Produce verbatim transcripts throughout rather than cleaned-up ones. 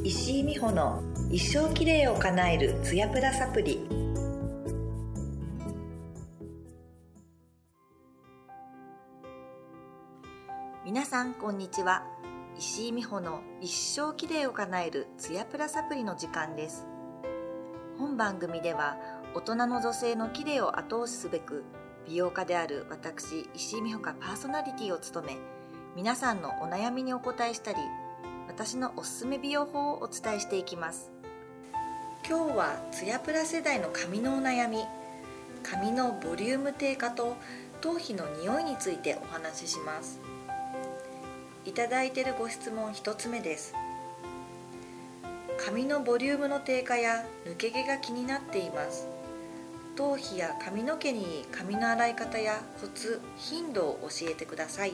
石井美穂の一生きれいを叶えるツヤプラサプリ。皆さんこんにちは。石井美穂の一生きれいを叶えるツヤプラサプリの時間です。本番組では大人の女性のきれいを後押しすべく、美容家である私石井美穂がパーソナリティを務め、皆さんのお悩みにお答えしたり、私のおすすめ美容法をお伝えしていきます。今日はツヤプラ世代の髪のお悩み、髪のボリューム低下と頭皮の匂いについてお話しします。いただいているご質問ひとつめです。髪のボリュームの低下や抜け毛が気になっています。頭皮や髪の毛にいい髪の洗い方やコツ、頻度を教えてください。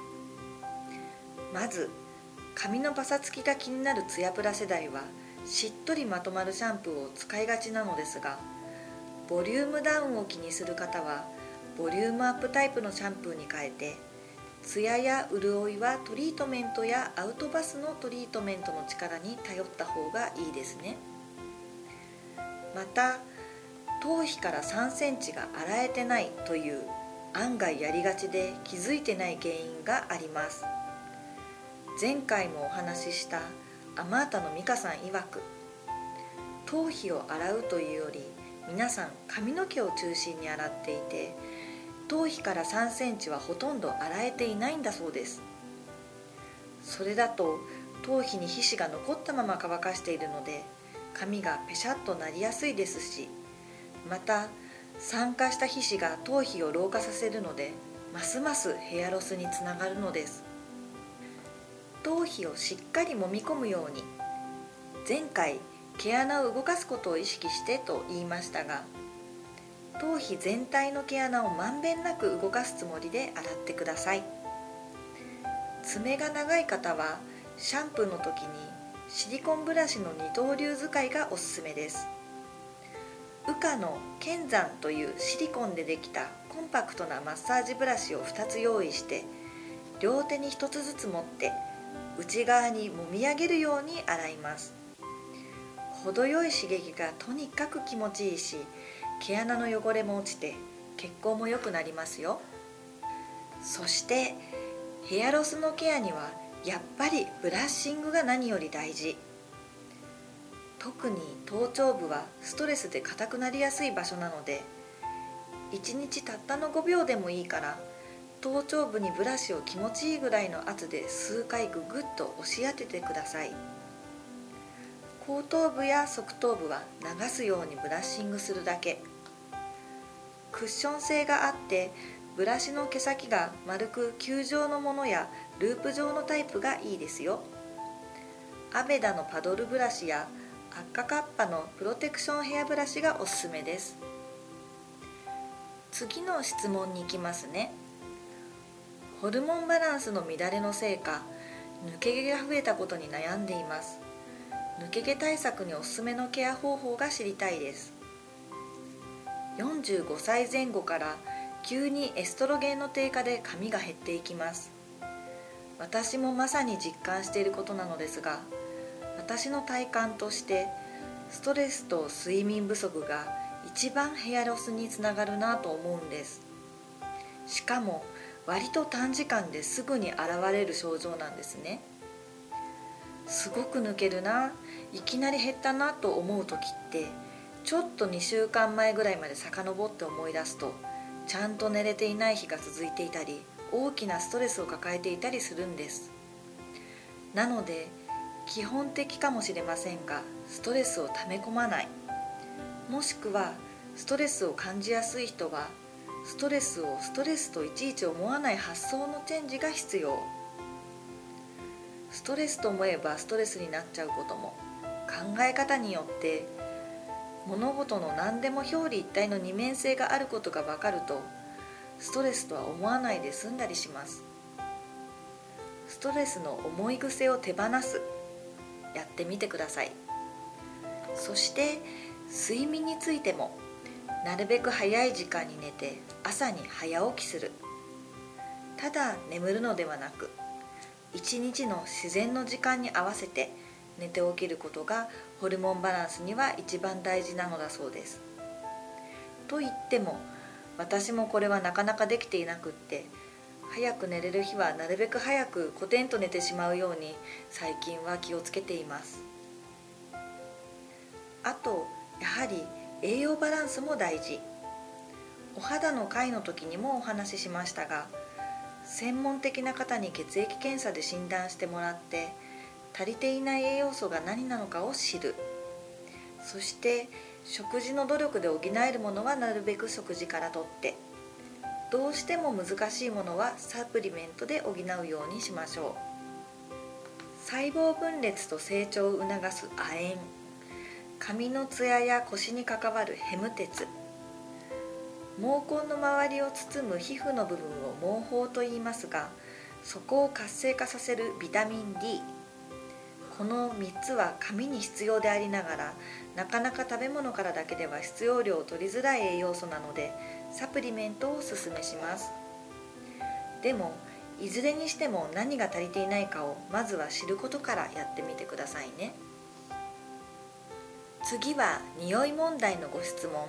まず、髪のパサつきが気になるツヤプラ世代はしっとりまとまるシャンプーを使いがちなのですが、ボリュームダウンを気にする方はボリュームアップタイプのシャンプーに変えて、ツヤや潤いはトリートメントやアウトバスのトリートメントの力に頼った方がいいですね。また、頭皮からさんセンチが洗えてないという案外やりがちで気づいてない原因があります。前回もお話ししたアマータの美香さん曰く、頭皮を洗うというより皆さん髪の毛を中心に洗っていて、頭皮からさんセンチはほとんど洗えていないんだそうです。それだと頭皮に皮脂が残ったまま乾かしているので、髪がペシャッとなりやすいですし、また酸化した皮脂が頭皮を老化させるので、ますますヘアロスにつながるのです。頭皮をしっかり揉み込むように、前回毛穴を動かすことを意識してと言いましたが、頭皮全体の毛穴をまんべんなく動かすつもりで洗ってください。爪が長い方はシャンプーの時にシリコンブラシの二刀流使いがおすすめです。ウカの剣山というシリコンでできたコンパクトなマッサージブラシをふたつ用意して、両手にひとつずつ持って内側に揉み上げるように洗います。程よい刺激がとにかく気持ちいいし、毛穴の汚れも落ちて血行も良くなりますよ。そしてヘアロスのケアにはやっぱりブラッシングが何より大事。特に頭頂部はストレスで硬くなりやすい場所なので、いちにちたったのごびょうでもいいから、頭頂部にブラシを気持ちいいぐらいの圧で数回ググッと押し当ててください。後頭部や側頭部は流すようにブラッシングするだけ。クッション性があって、ブラシの毛先が丸く球状のものやループ状のタイプがいいですよ。アベダのパドルブラシやアッカカッパのプロテクションヘアブラシがおすすめです。次の質問に行きますね。ホルモンバランスの乱れのせいか、抜け毛が増えたことに悩んでいます。抜け毛対策におすすめのケア方法が知りたいです。よんじゅうごさいぜん後から急にエストロゲンの低下で髪が減っていきます。私もまさに実感していることなのですが、私の体感としてストレスと睡眠不足が一番ヘアロスにつながるなと思うんです。しかも割と短時間ですぐに現れる症状なんですね。すごく抜けるな、いきなり減ったなと思う時って、ちょっとにしゅうかんまえぐらいまで遡って思い出すと、ちゃんと寝れていない日が続いていたり、大きなストレスを抱えていたりするんです。なので基本的かもしれませんが、ストレスを溜め込まない、もしくはストレスを感じやすい人はストレスをストレスといちいち思わない発想のチェンジが必要。ストレスと思えばストレスになっちゃうことも、考え方によって物事の何でも表裏一体の二面性があることが分かると、ストレスとは思わないで済んだりします。ストレスの思い癖を手放す、やってみてください。そして睡眠についても、なるべく早い時間に寝て朝に早起きする。ただ眠るのではなく、一日の自然の時間に合わせて寝て起きることがホルモンバランスには一番大事なのだそうです。と言っても私もこれはなかなかできていなくって、早く寝れる日はなるべく早くコテンと寝てしまうように最近は気をつけています。あとやはり栄養バランスも大事。お肌の回の時にもお話ししましたが、専門的な方に血液検査で診断してもらって足りていない栄養素が何なのかを知る。そして食事の努力で補えるものはなるべく食事からとって、どうしても難しいものはサプリメントで補うようにしましょう。細胞分裂と成長を促す亜鉛、髪のツヤや腰に関わるヘム鉄、毛根の周りを包む皮膚の部分を毛包と言いますが、そこを活性化させるビタミン D、 このみっつは髪に必要でありながら、なかなか食べ物からだけでは必要量を取りづらい栄養素なのでサプリメントをおすすめします。でもいずれにしても何が足りていないかをまずは知ることからやってみてくださいね。次は匂い問題のご質問。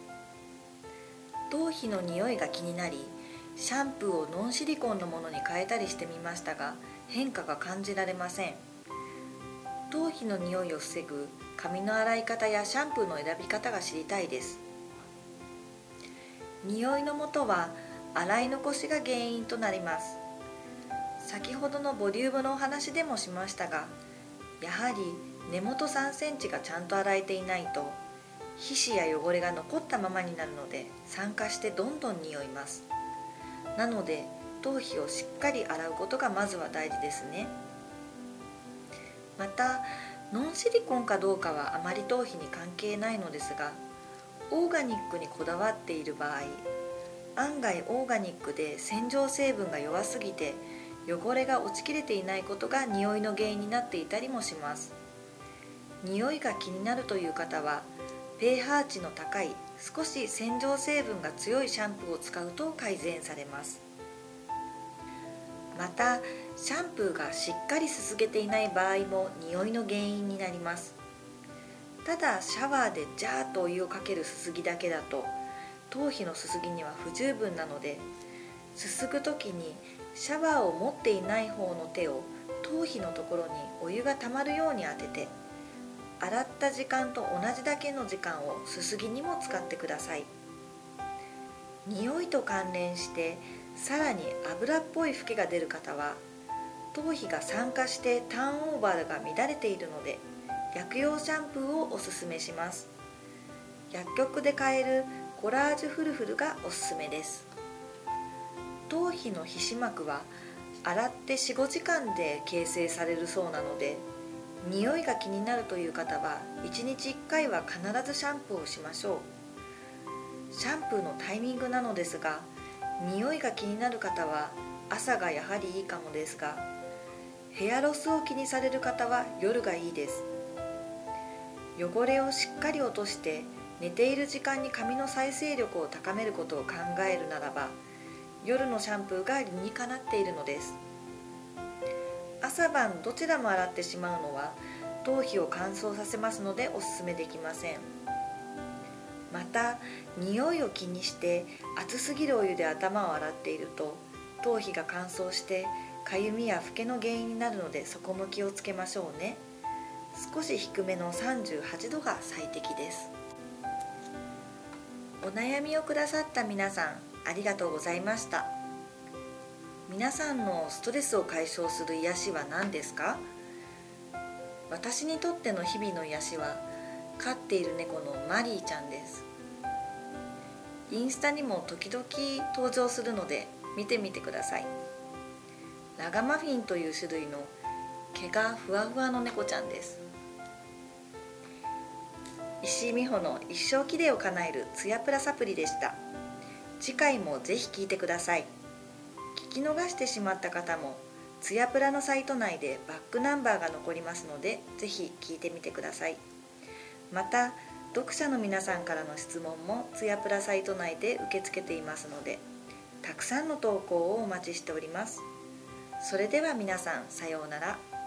頭皮の匂いが気になり、シャンプーをノンシリコンのものに変えたりしてみましたが、変化が感じられません。頭皮の匂いを防ぐ髪の洗い方やシャンプーの選び方が知りたいです。匂いのもとは洗い残しが原因となります。先ほどのボリュームのお話でもしましたが、やはり根元さんセンチがちゃんと洗えていないと皮脂や汚れが残ったままになるので、酸化してどんどん匂います。なので頭皮をしっかり洗うことがまずは大事ですね。またノンシリコンかどうかはあまり頭皮に関係ないのですが、オーガニックにこだわっている場合、案外オーガニックで洗浄成分が弱すぎて汚れが落ちきれていないことが匂いの原因になっていたりもします。匂いが気になるという方は pH 値の高い少し洗浄成分が強いシャンプーを使うと改善されます。またシャンプーがしっかりすすげていない場合も匂いの原因になります。ただシャワーでジャーッとお湯をかけるすすぎだけだと頭皮のすすぎには不十分なので、すすぐ時にシャワーを持っていない方の手を頭皮のところにお湯がたまるように当てて、洗った時間と同じだけの時間をすすぎにも使ってください。匂いと関連してさらに油っぽいフケが出る方は、頭皮が酸化してターンオーバーが乱れているので薬用シャンプーをおすすめします。薬局で買えるコラージュフルフルがおすすめです。頭皮の皮脂膜は洗って よん、ごじかんで形成されるそうなので、匂いが気になるという方はいちにちいっかいは必ずシャンプーをしましょう。シャンプーのタイミングなのですが、匂いが気になる方は朝がやはりいいかもですが、ヘアロスを気にされる方は夜がいいです。汚れをしっかり落として寝ている時間に髪の再生力を高めることを考えるならば、夜のシャンプーが理にかなっているのです。朝晩どちらも洗ってしまうのは頭皮を乾燥させますのでおすすめできません。また匂いを気にして熱すぎるお湯で頭を洗っていると頭皮が乾燥してかゆみやフケの原因になるので、そこも気をつけましょうね。少し低めのさんじゅうはちどが最適です。お悩みをくださった皆さんありがとうございました。皆さんのストレスを解消する癒しは何ですか？私にとっての日々の癒しは飼っている猫のマリーちゃんです。インスタにも時々登場するので見てみてください。ラガマフィンという種類の毛がふわふわの猫ちゃんです。石井美穂の一生きれいを叶えるツヤプラサプリでした。次回もぜひ聞いてください。聞き逃してしまった方もツヤプラのサイト内でバックナンバーが残りますので、ぜひ聞いてみてください。また読者の皆さんからの質問もツヤプラサイト内で受け付けていますので、たくさんの投稿をお待ちしております。それでは皆さん、さようなら。